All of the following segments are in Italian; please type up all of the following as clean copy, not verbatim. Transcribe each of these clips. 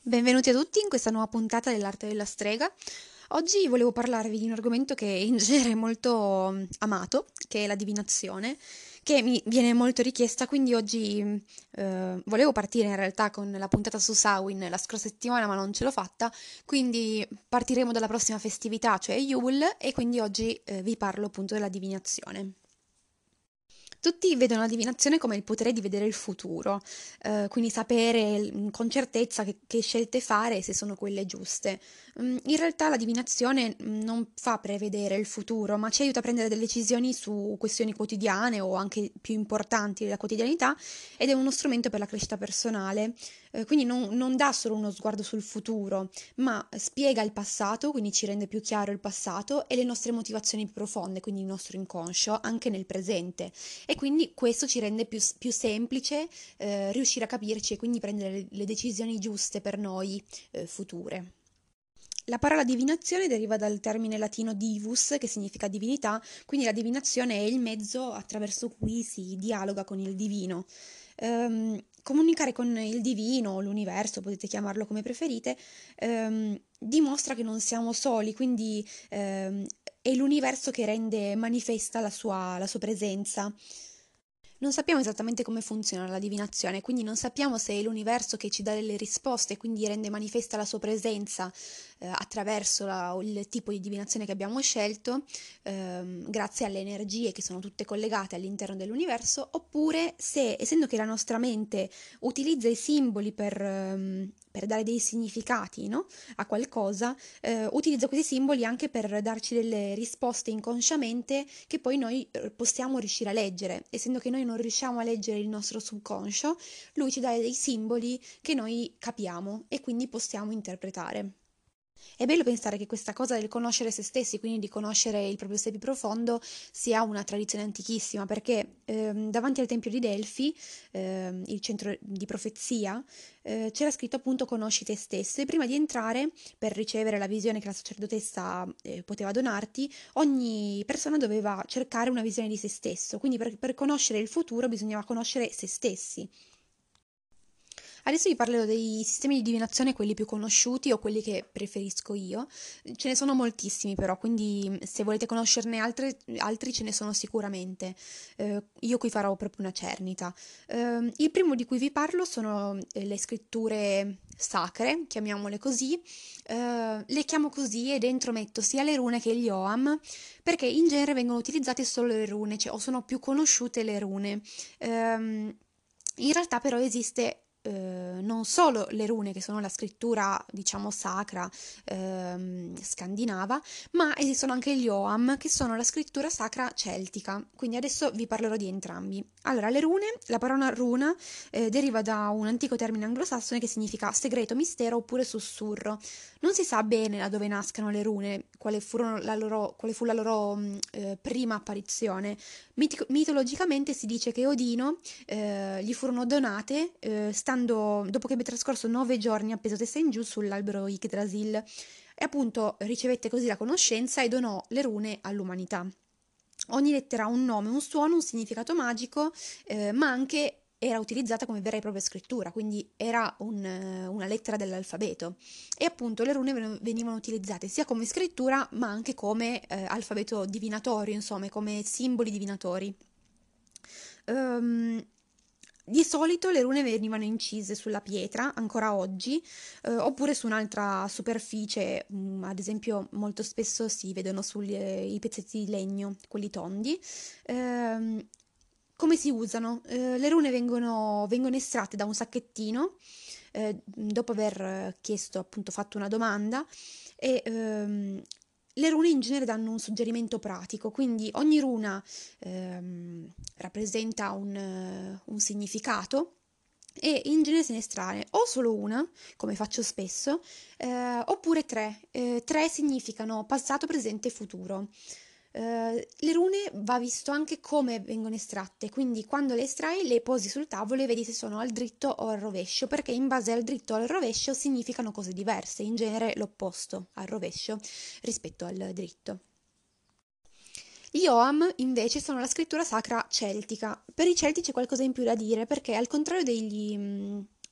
Benvenuti a tutti in questa nuova puntata dell'Arte della Strega. Oggi volevo parlarvi di un argomento che in genere è molto amato, che è la divinazione, che mi viene molto richiesta, quindi oggi volevo partire in realtà con la puntata su Samhain la scorsa settimana, ma non ce l'ho fatta, quindi partiremo dalla prossima festività, cioè Yule, e quindi oggi vi parlo appunto della divinazione. Tutti vedono la divinazione come il potere di vedere il futuro, quindi sapere con certezza che scelte fare e se sono quelle giuste. In realtà la divinazione non fa prevedere il futuro, ma ci aiuta a prendere delle decisioni su questioni quotidiane o anche più importanti della quotidianità ed è uno strumento per la crescita personale. Quindi non dà solo uno sguardo sul futuro, ma spiega il passato, quindi ci rende più chiaro il passato e le nostre motivazioni più profonde, quindi il nostro inconscio, anche nel presente. E quindi questo ci rende più semplice riuscire a capirci e quindi prendere le decisioni giuste per noi future. La parola divinazione deriva dal termine latino divus, che significa divinità, quindi la divinazione è il mezzo attraverso cui si dialoga con il divino. Comunicare con il divino, l'universo, potete chiamarlo come preferite, dimostra che non siamo soli, quindi è l'universo che rende manifesta la sua presenza. Non sappiamo esattamente come funziona la divinazione, quindi non sappiamo se è l'universo che ci dà delle risposte e quindi rende manifesta la sua presenza attraverso il tipo di divinazione che abbiamo scelto, grazie alle energie che sono tutte collegate all'interno dell'universo, oppure se, essendo che la nostra mente utilizza i simboli per dare dei significati, no, a qualcosa, utilizza questi simboli anche per darci delle risposte inconsciamente che poi noi possiamo riuscire a leggere. Essendo che noi non riusciamo a leggere il nostro subconscio, lui ci dà dei simboli che noi capiamo e quindi possiamo interpretare. È bello pensare che questa cosa del conoscere se stessi, quindi di conoscere il proprio sé più profondo, sia una tradizione antichissima, perché davanti al tempio di Delfi, il centro di profezia, c'era scritto appunto conosci te stesso e prima di entrare, per ricevere la visione che la sacerdotessa poteva donarti, ogni persona doveva cercare una visione di se stesso, quindi per conoscere il futuro bisognava conoscere se stessi. Adesso vi parlerò dei sistemi di divinazione, quelli più conosciuti o quelli che preferisco io. Ce ne sono moltissimi però, quindi se volete conoscerne altri ce ne sono sicuramente. Io qui farò proprio una cernita. Il primo di cui vi parlo sono le scritture sacre, chiamiamole così. Le chiamo così e dentro metto sia le rune che gli Ogham, perché in genere vengono utilizzate solo le rune, cioè o sono più conosciute le rune. In realtà però esiste non solo le rune, che sono la scrittura, diciamo, sacra scandinava, ma esistono anche gli Ogham, che sono la scrittura sacra celtica. Quindi adesso vi parlerò di entrambi. Allora, le rune, la parola runa deriva da un antico termine anglosassone che significa segreto, mistero oppure sussurro. Non si sa bene da dove nascano le rune, quale fu la loro prima apparizione. Mitologicamente si dice che Odino gli furono donate dopo che ebbe trascorso 9 giorni appeso testa in giù sull'albero Yggdrasil e appunto ricevette così la conoscenza e donò le rune all'umanità. Ogni lettera ha un nome, un suono, un significato magico, ma anche era utilizzata come vera e propria scrittura, quindi era una lettera dell'alfabeto. E appunto le rune venivano utilizzate sia come scrittura, ma anche come alfabeto divinatorio, insomma, come simboli divinatori. Ehm, di solito le rune venivano incise sulla pietra, ancora oggi, oppure su un'altra superficie, ad esempio molto spesso si vedono sui pezzetti di legno, quelli tondi. Ehm, Come si usano? Le rune vengono estratte da un sacchettino, dopo aver chiesto, appunto, fatto una domanda, e le rune in genere danno un suggerimento pratico, quindi ogni runa rappresenta un significato e in genere se ne estrae o solo una, come faccio spesso, oppure tre. Tre significano passato, presente e futuro. Le rune va visto anche come vengono estratte, quindi quando le estrai le posi sul tavolo e vedi se sono al dritto o al rovescio, perché in base al dritto o al rovescio significano cose diverse, in genere l'opposto al rovescio rispetto al dritto. Gli Ogham invece sono la scrittura sacra celtica. Per i Celti c'è qualcosa in più da dire perché al contrario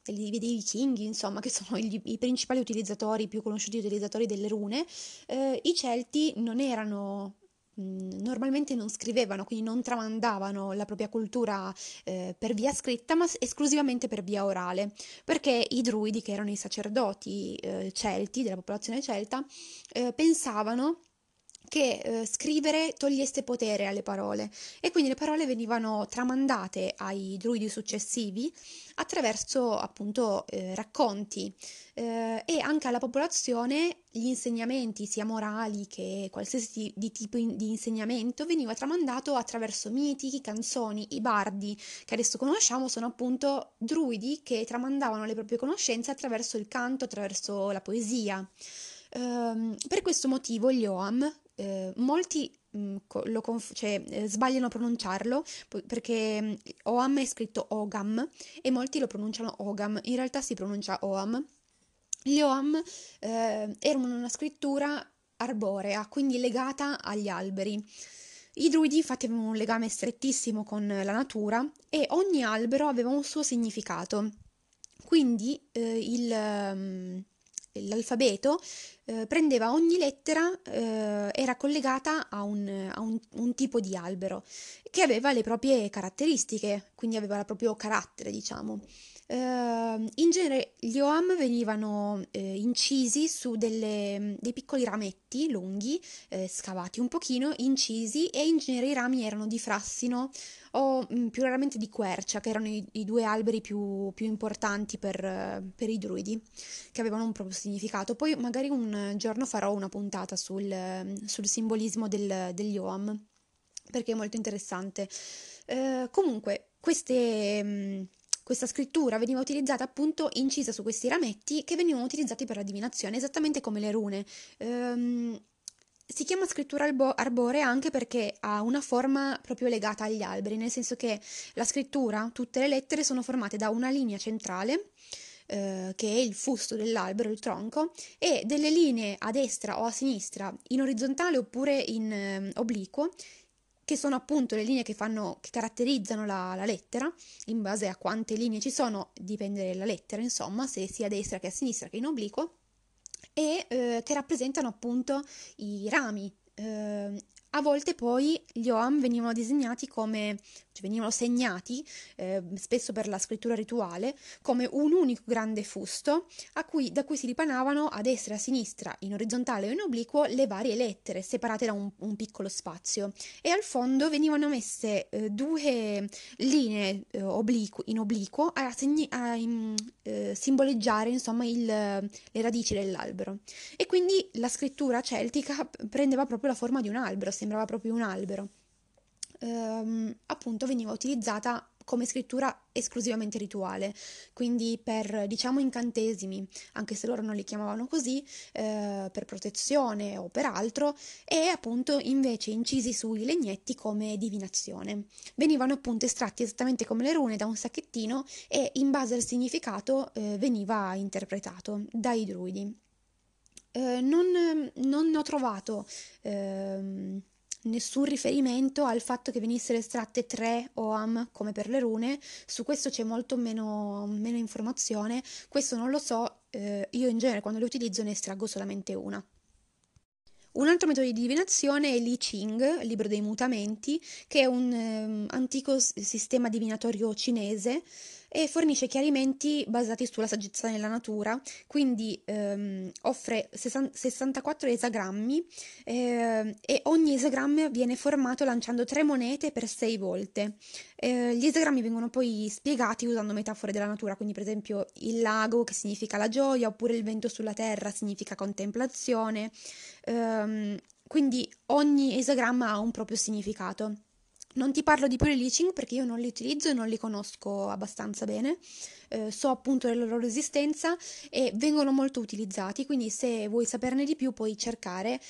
dei vichinghi, insomma, che sono i principali utilizzatori, i più conosciuti utilizzatori delle rune, i Celti non erano normalmente non scrivevano, quindi non tramandavano la propria cultura per via scritta, ma esclusivamente per via orale, perché i druidi, che erano i sacerdoti celti, della popolazione celta, pensavano che scrivere togliesse potere alle parole e quindi le parole venivano tramandate ai druidi successivi attraverso appunto racconti e anche alla popolazione gli insegnamenti sia morali che qualsiasi di tipo di insegnamento veniva tramandato attraverso miti, canzoni. I bardi che adesso conosciamo sono appunto druidi che tramandavano le proprie conoscenze attraverso il canto, attraverso la poesia. Per questo motivo gli Ogham, molti sbagliano a pronunciarlo perché Ogham è scritto Ogam e molti lo pronunciano Ogam, in realtà si pronuncia Ogham. Gli Ogham erano una scrittura arborea, quindi legata agli alberi. I druidi infatti avevano un legame strettissimo con la natura e ogni albero aveva un suo significato. Quindi l'alfabeto prendeva ogni lettera, era collegata a un tipo di albero che aveva le proprie caratteristiche, quindi aveva il proprio carattere, diciamo. In genere gli Ogham venivano incisi su dei piccoli rametti lunghi, scavati un pochino, incisi, e in genere i rami erano di frassino o più raramente di quercia, che erano i due alberi più importanti per i druidi, che avevano un proprio significato. Poi magari un giorno farò una puntata sul simbolismo degli Ogham, perché è molto interessante. Comunque, questa scrittura veniva utilizzata appunto incisa su questi rametti che venivano utilizzati per la divinazione, esattamente come le rune. Si chiama scrittura arborea anche perché ha una forma proprio legata agli alberi, nel senso che la scrittura, tutte le lettere sono formate da una linea centrale, che è il fusto dell'albero, il tronco, e delle linee a destra o a sinistra, in orizzontale oppure in obliquo, che sono appunto le linee che caratterizzano la lettera. In base a quante linee ci sono, dipende dalla lettera, insomma, se sia a destra che a sinistra che in obliquo, e che rappresentano appunto i rami. A volte poi gli Ogham venivano disegnati cioè venivano segnati, spesso per la scrittura rituale, come un unico grande fusto da cui si ripanavano a destra e a sinistra, in orizzontale o in obliquo, le varie lettere, separate da un piccolo spazio. E al fondo venivano messe due linee in obliquo a simboleggiare, insomma, le radici dell'albero. E quindi la scrittura celtica prendeva proprio la forma di un albero, sembrava proprio un albero. Appunto veniva utilizzata come scrittura esclusivamente rituale, quindi per, diciamo, incantesimi, anche se loro non li chiamavano così, per protezione o per altro, e appunto invece incisi sui legnetti come divinazione. Venivano appunto estratti esattamente come le rune da un sacchettino e in base al significato veniva interpretato dai druidi. Non ho trovato nessun riferimento al fatto che venissero estratte 3 Ogham come per le rune. Su questo c'è molto meno informazione, questo non lo so, io in genere quando le utilizzo ne estraggo solamente una. Un altro metodo di divinazione è l'I Ching, libro dei mutamenti, che è un antico sistema divinatorio cinese e fornisce chiarimenti basati sulla saggezza nella natura, quindi offre 64 esagrammi e ogni esagramma viene formato lanciando 3 monete per 6 volte. Gli esagrammi vengono poi spiegati usando metafore della natura, quindi per esempio il lago che significa la gioia, oppure il vento sulla terra significa contemplazione. Quindi ogni esagramma ha un proprio significato. Non ti parlo di più di Liching perché io non li utilizzo e non li conosco abbastanza bene, so appunto della loro esistenza e vengono molto utilizzati, quindi se vuoi saperne di più puoi cercare,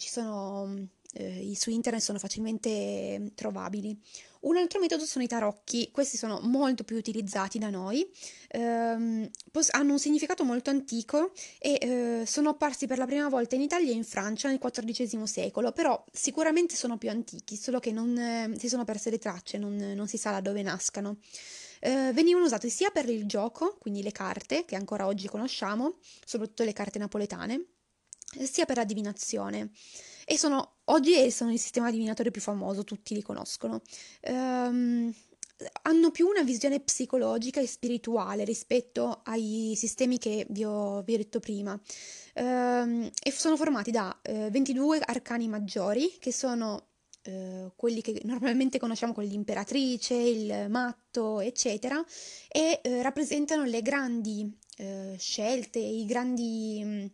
su internet sono facilmente trovabili. Un altro metodo sono i tarocchi, questi sono molto più utilizzati da noi, hanno un significato molto antico e sono apparsi per la prima volta in Italia e in Francia nel XIV secolo, però sicuramente sono più antichi, solo che non si sono perse le tracce, non si sa da dove nascano. venivano usate sia per il gioco, quindi le carte, che ancora oggi conosciamo, soprattutto le carte napoletane, sia per la divinazione. E oggi sono il sistema divinatorio più famoso, tutti li conoscono. Ehm, Hanno più una visione psicologica e spirituale rispetto ai sistemi che vi ho detto prima. E sono formati da 22 arcani maggiori, che sono quelli che normalmente conosciamo con l'imperatrice, il matto, eccetera, e rappresentano le grandi scelte, i grandi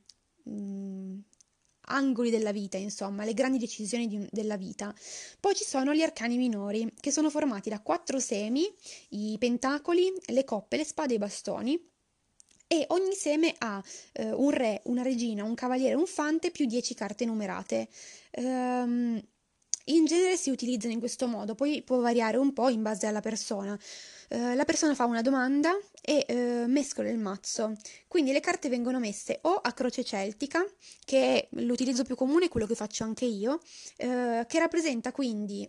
angoli della vita, insomma, le grandi decisioni della vita. Poi ci sono gli arcani minori, che sono formati da 4 semi, i pentacoli, le coppe, le spade e i bastoni. E ogni seme ha un re, una regina, un cavaliere, un fante più 10 carte numerate. In genere si utilizzano in questo modo, poi può variare un po' in base alla persona. La persona fa una domanda e mescola il mazzo. Quindi le carte vengono messe o a croce celtica, che è l'utilizzo più comune, quello che faccio anche io, che rappresenta quindi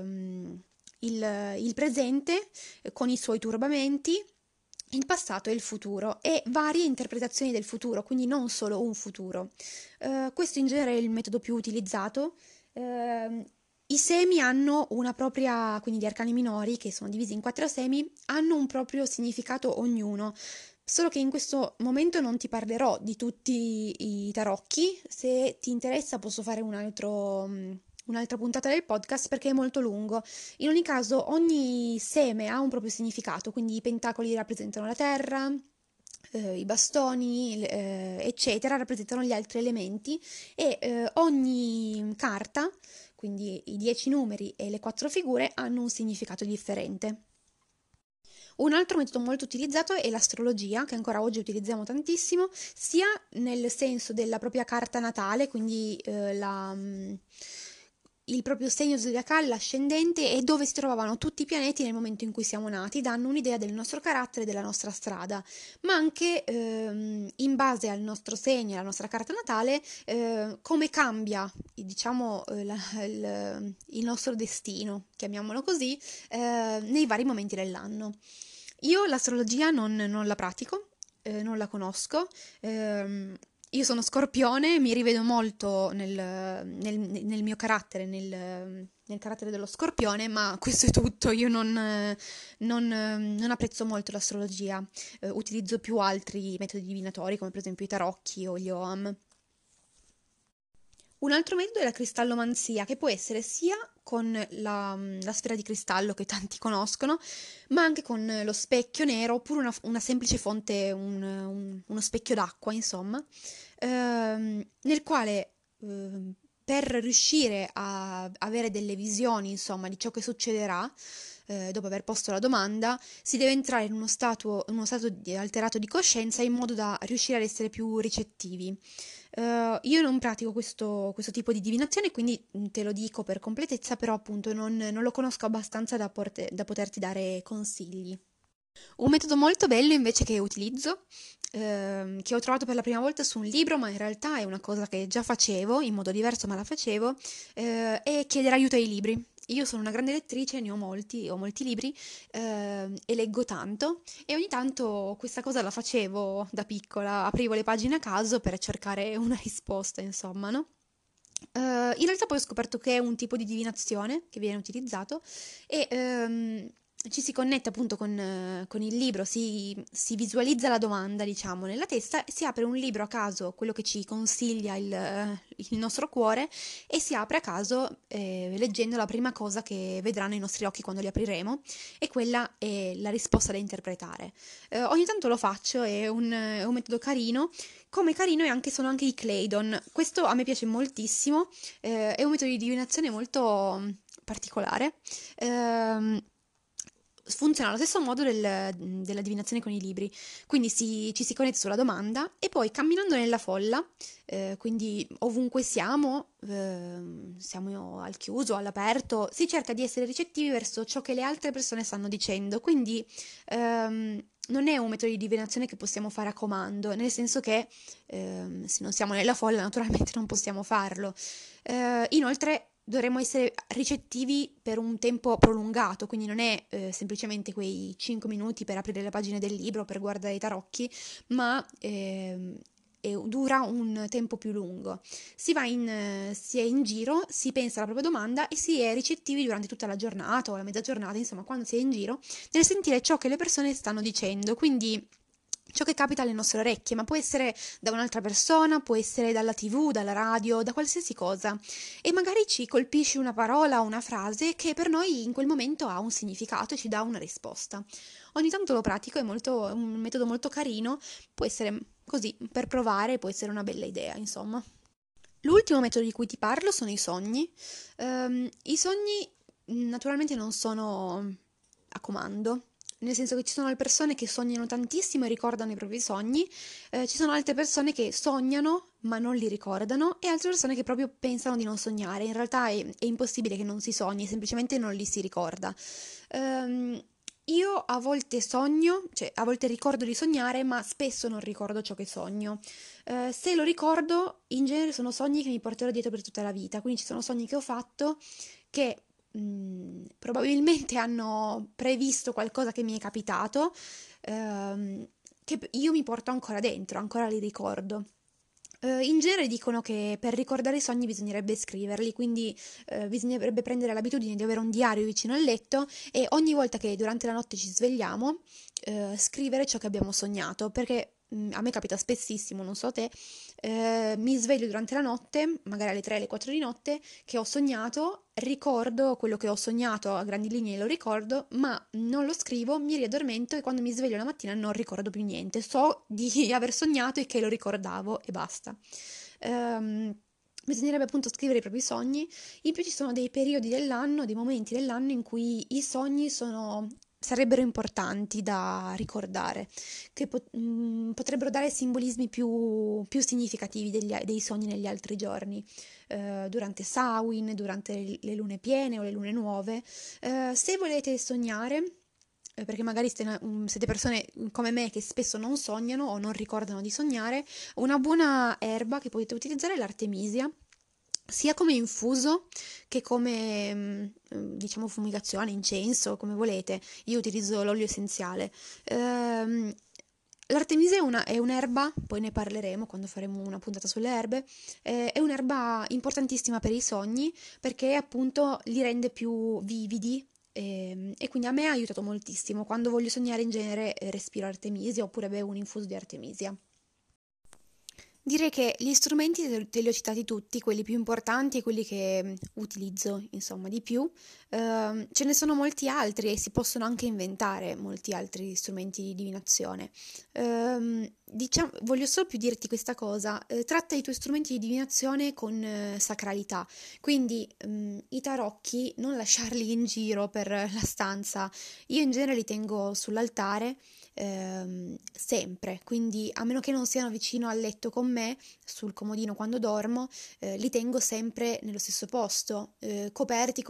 il presente con i suoi turbamenti, il passato e il futuro e varie interpretazioni del futuro, quindi non solo un futuro. Questo in genere è il metodo più utilizzato. I semi hanno una propria, quindi gli arcani minori, che sono divisi in 4 semi, hanno un proprio significato ognuno. Solo che in questo momento non ti parlerò di tutti i tarocchi. Se ti interessa posso fare un'altra puntata del podcast perché è molto lungo. In ogni caso, ogni seme ha un proprio significato, quindi i pentacoli rappresentano la terra, i bastoni, eccetera, rappresentano gli altri elementi e ogni carta, quindi i 10 numeri e le 4 figure, hanno un significato differente. Un altro metodo molto utilizzato è l'astrologia, che ancora oggi utilizziamo tantissimo, sia nel senso della propria carta natale, quindi il proprio segno zodiacale, l'ascendente e dove si trovavano tutti i pianeti nel momento in cui siamo nati, danno un'idea del nostro carattere e della nostra strada, ma anche in base al nostro segno, alla nostra carta natale, come cambia, diciamo, il nostro destino, chiamiamolo così, nei vari momenti dell'anno. Io l'astrologia non la pratico, non la conosco. Io sono Scorpione, mi rivedo molto nel mio carattere, nel carattere dello Scorpione, ma questo è tutto. Io non apprezzo molto l'astrologia, utilizzo più altri metodi divinatori, come per esempio i tarocchi o gli Ogham. Un altro metodo è la cristallomanzia, che può essere sia con la sfera di cristallo che tanti conoscono, ma anche con lo specchio nero oppure una semplice fonte, uno specchio d'acqua, insomma, nel quale per riuscire a avere delle visioni, insomma, di ciò che succederà, dopo aver posto la domanda, si deve entrare in uno stato alterato di coscienza in modo da riuscire ad essere più ricettivi. Io non pratico questo tipo di divinazione, quindi te lo dico per completezza, però appunto non lo conosco abbastanza da poterti dare consigli. Un metodo molto bello invece che utilizzo, che ho trovato per la prima volta su un libro, ma in realtà è una cosa che già facevo, in modo diverso ma la facevo, è chiedere aiuto ai libri. Io sono una grande lettrice, ne ho molti libri e leggo tanto e ogni tanto questa cosa la facevo da piccola, aprivo le pagine a caso per cercare una risposta, insomma, no? In realtà poi ho scoperto che è un tipo di divinazione che viene utilizzato e ci si connette appunto con il libro, si visualizza la domanda, diciamo, nella testa, si apre un libro a caso, quello che ci consiglia il nostro cuore, e si apre a caso leggendo la prima cosa che vedranno i nostri occhi quando li apriremo, e quella è la risposta da interpretare. Ogni tanto lo faccio, è un metodo carino. Come carino sono anche i Claydon. Questo a me piace moltissimo, è un metodo di divinazione molto particolare. Ehm, Funziona allo stesso modo della divinazione con i libri, quindi ci si connette sulla domanda e poi camminando nella folla, quindi ovunque siamo al chiuso, all'aperto, si cerca di essere ricettivi verso ciò che le altre persone stanno dicendo, quindi non è un metodo di divinazione che possiamo fare a comando, nel senso che se non siamo nella folla naturalmente non possiamo farlo. Inoltre dovremmo essere ricettivi per un tempo prolungato, quindi non è semplicemente quei 5 minuti per aprire le pagine del libro, per guardare i tarocchi, ma dura un tempo più lungo. Si è in giro, si pensa alla propria domanda e si è ricettivi durante tutta la giornata o la mezza giornata, insomma, quando si è in giro, nel sentire ciò che le persone stanno dicendo. Quindi ciò che capita alle nostre orecchie, ma può essere da un'altra persona, può essere dalla TV, dalla radio, da qualsiasi cosa. E magari ci colpisce una parola o una frase che per noi in quel momento ha un significato e ci dà una risposta. Ogni tanto lo pratico, è un metodo molto carino, può essere così, per provare, può essere una bella idea, insomma. L'ultimo metodo di cui ti parlo sono i sogni. I sogni naturalmente non sono a comando, nel senso che ci sono le persone che sognano tantissimo e ricordano i propri sogni, ci sono altre persone che sognano ma non li ricordano e altre persone che proprio pensano di non sognare. In realtà è impossibile che non si sogni, semplicemente non li si ricorda. Ehm, io a volte sogno, cioè a volte ricordo di sognare, ma spesso non ricordo ciò che sogno. Se lo ricordo, in genere sono sogni che mi porterò dietro per tutta la vita, quindi ci sono sogni che ho fatto che probabilmente hanno previsto qualcosa che mi è capitato, che io mi porto ancora dentro, ancora li ricordo. In genere dicono che per ricordare i sogni bisognerebbe scriverli, quindi bisognerebbe prendere l'abitudine di avere un diario vicino al letto e ogni volta che durante la notte ci svegliamo, scrivere ciò che abbiamo sognato, perché a me capita spessissimo, non so te, mi sveglio durante la notte, magari alle 3, alle 4 di notte, che ho sognato, ricordo quello che ho sognato a grandi linee, lo ricordo, ma non lo scrivo, mi riaddormento e quando mi sveglio la mattina non ricordo più niente. So di aver sognato e che lo ricordavo e basta. Ehm, Bisognerebbe appunto scrivere i propri sogni. In più ci sono dei periodi dell'anno, dei momenti dell'anno in cui i sogni sarebbero importanti da ricordare, che potrebbero dare simbolismi più significativi dei sogni negli altri giorni, durante Samhain, durante le lune piene o le lune nuove. Se volete sognare, perché magari siete persone come me che spesso non sognano o non ricordano di sognare, una buona erba che potete utilizzare è l'artemisia, sia come infuso che come, diciamo, fumigazione, incenso, come volete. Io utilizzo l'olio essenziale. Ehm, L'artemisia è un'erba, poi ne parleremo quando faremo una puntata sulle erbe, è un'erba importantissima per i sogni perché appunto li rende più vividi e quindi a me ha aiutato moltissimo. Quando voglio sognare in genere respiro artemisia oppure bevo un infuso di artemisia. Direi che gli strumenti te li ho citati tutti, quelli più importanti e quelli che utilizzo, insomma, di più. Ce ne sono molti altri e si possono anche inventare molti altri strumenti di divinazione. Voglio solo più dirti questa cosa, tratta i tuoi strumenti di divinazione con sacralità, quindi i tarocchi non lasciarli in giro per la stanza. Io in genere li tengo sull'altare sempre, quindi a meno che non siano vicino al letto con me, sul comodino quando dormo, li tengo sempre nello stesso posto, coperti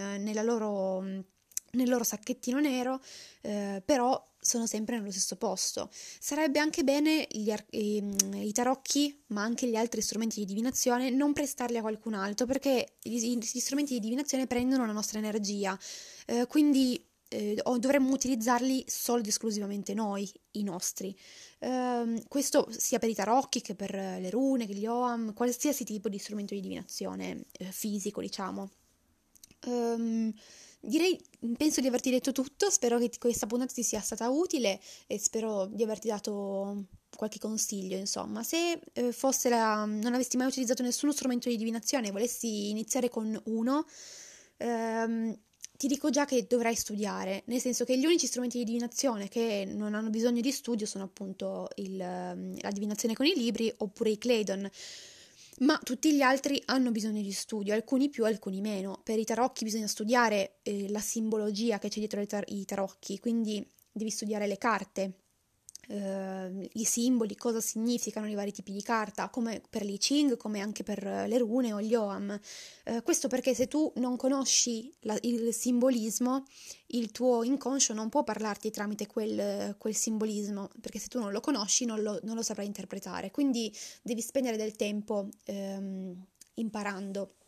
nel loro sacchettino nero, però sono sempre nello stesso posto. Sarebbe anche bene i tarocchi, ma anche gli altri strumenti di divinazione, non prestarli a qualcun altro, perché gli strumenti di divinazione prendono la nostra energia, quindi o dovremmo utilizzarli solo ed esclusivamente noi, i nostri. Questo sia per i tarocchi che per le rune, gli ogham, qualsiasi tipo di strumento di divinazione fisico, diciamo. Ehm, Direi, penso di averti detto tutto, spero che questa puntata ti sia stata utile e spero di averti dato qualche consiglio, insomma. Se non avessi mai utilizzato nessuno strumento di divinazione e volessi iniziare con uno, ehm, ti dico già che dovrai studiare, nel senso che gli unici strumenti di divinazione che non hanno bisogno di studio sono appunto la divinazione con i libri oppure i Claydon, ma tutti gli altri hanno bisogno di studio, alcuni più, alcuni meno. Per i tarocchi bisogna studiare la simbologia che c'è dietro i tarocchi, quindi devi studiare le carte, i simboli, cosa significano i vari tipi di carta, come per l'I Ching, come anche per le rune o gli Ogham. Questo perché se tu non conosci il simbolismo, il tuo inconscio non può parlarti tramite quel simbolismo, perché se tu non lo conosci non lo saprai interpretare. Quindi devi spendere del tempo imparando.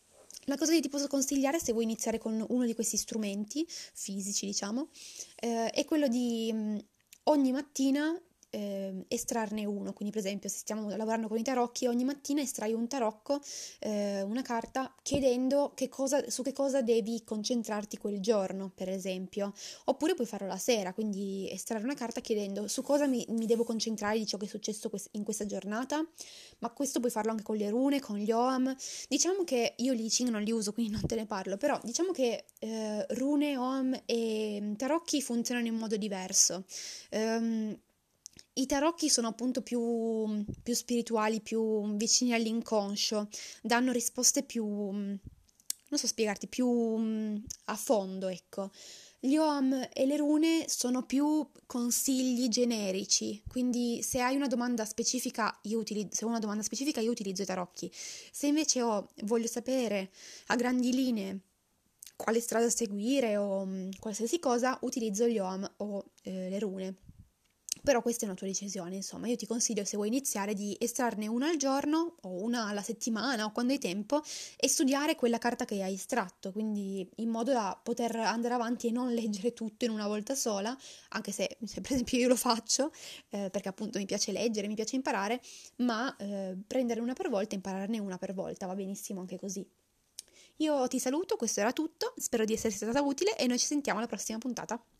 La cosa che ti posso consigliare se vuoi iniziare con uno di questi strumenti fisici, diciamo, è quello di ogni mattina estrarne uno. Quindi, per esempio, se stiamo lavorando con i tarocchi, ogni mattina estrai un tarocco, una carta, chiedendo su che cosa devi concentrarti quel giorno, per esempio. Oppure puoi farlo la sera, quindi estrarre una carta chiedendo su cosa mi devo concentrare di ciò che è successo in questa giornata. Ma questo puoi farlo anche con le rune, con gli Ogham. Diciamo che io gli I Ching non li uso, quindi non te ne parlo, però diciamo che rune, Ogham e tarocchi funzionano in modo diverso. Ehm, I tarocchi sono appunto più spirituali, più vicini all'inconscio, danno risposte più, non so spiegarti, più a fondo, ecco. Gli Ogham e le rune sono più consigli generici, quindi se hai una domanda specifica, se ho una domanda specifica, io utilizzo i tarocchi. Se invece voglio sapere a grandi linee quale strada seguire o qualsiasi cosa, utilizzo gli Ogham o le rune. Però questa è una tua decisione, insomma, io ti consiglio, se vuoi iniziare, di estrarne una al giorno o una alla settimana o quando hai tempo e studiare quella carta che hai estratto, quindi in modo da poter andare avanti e non leggere tutto in una volta sola, anche se per esempio io lo faccio, perché appunto mi piace leggere, mi piace imparare, ma prendere una per volta e impararne una per volta, va benissimo anche così. Io ti saluto, questo era tutto, spero di essere stata utile e noi ci sentiamo alla prossima puntata.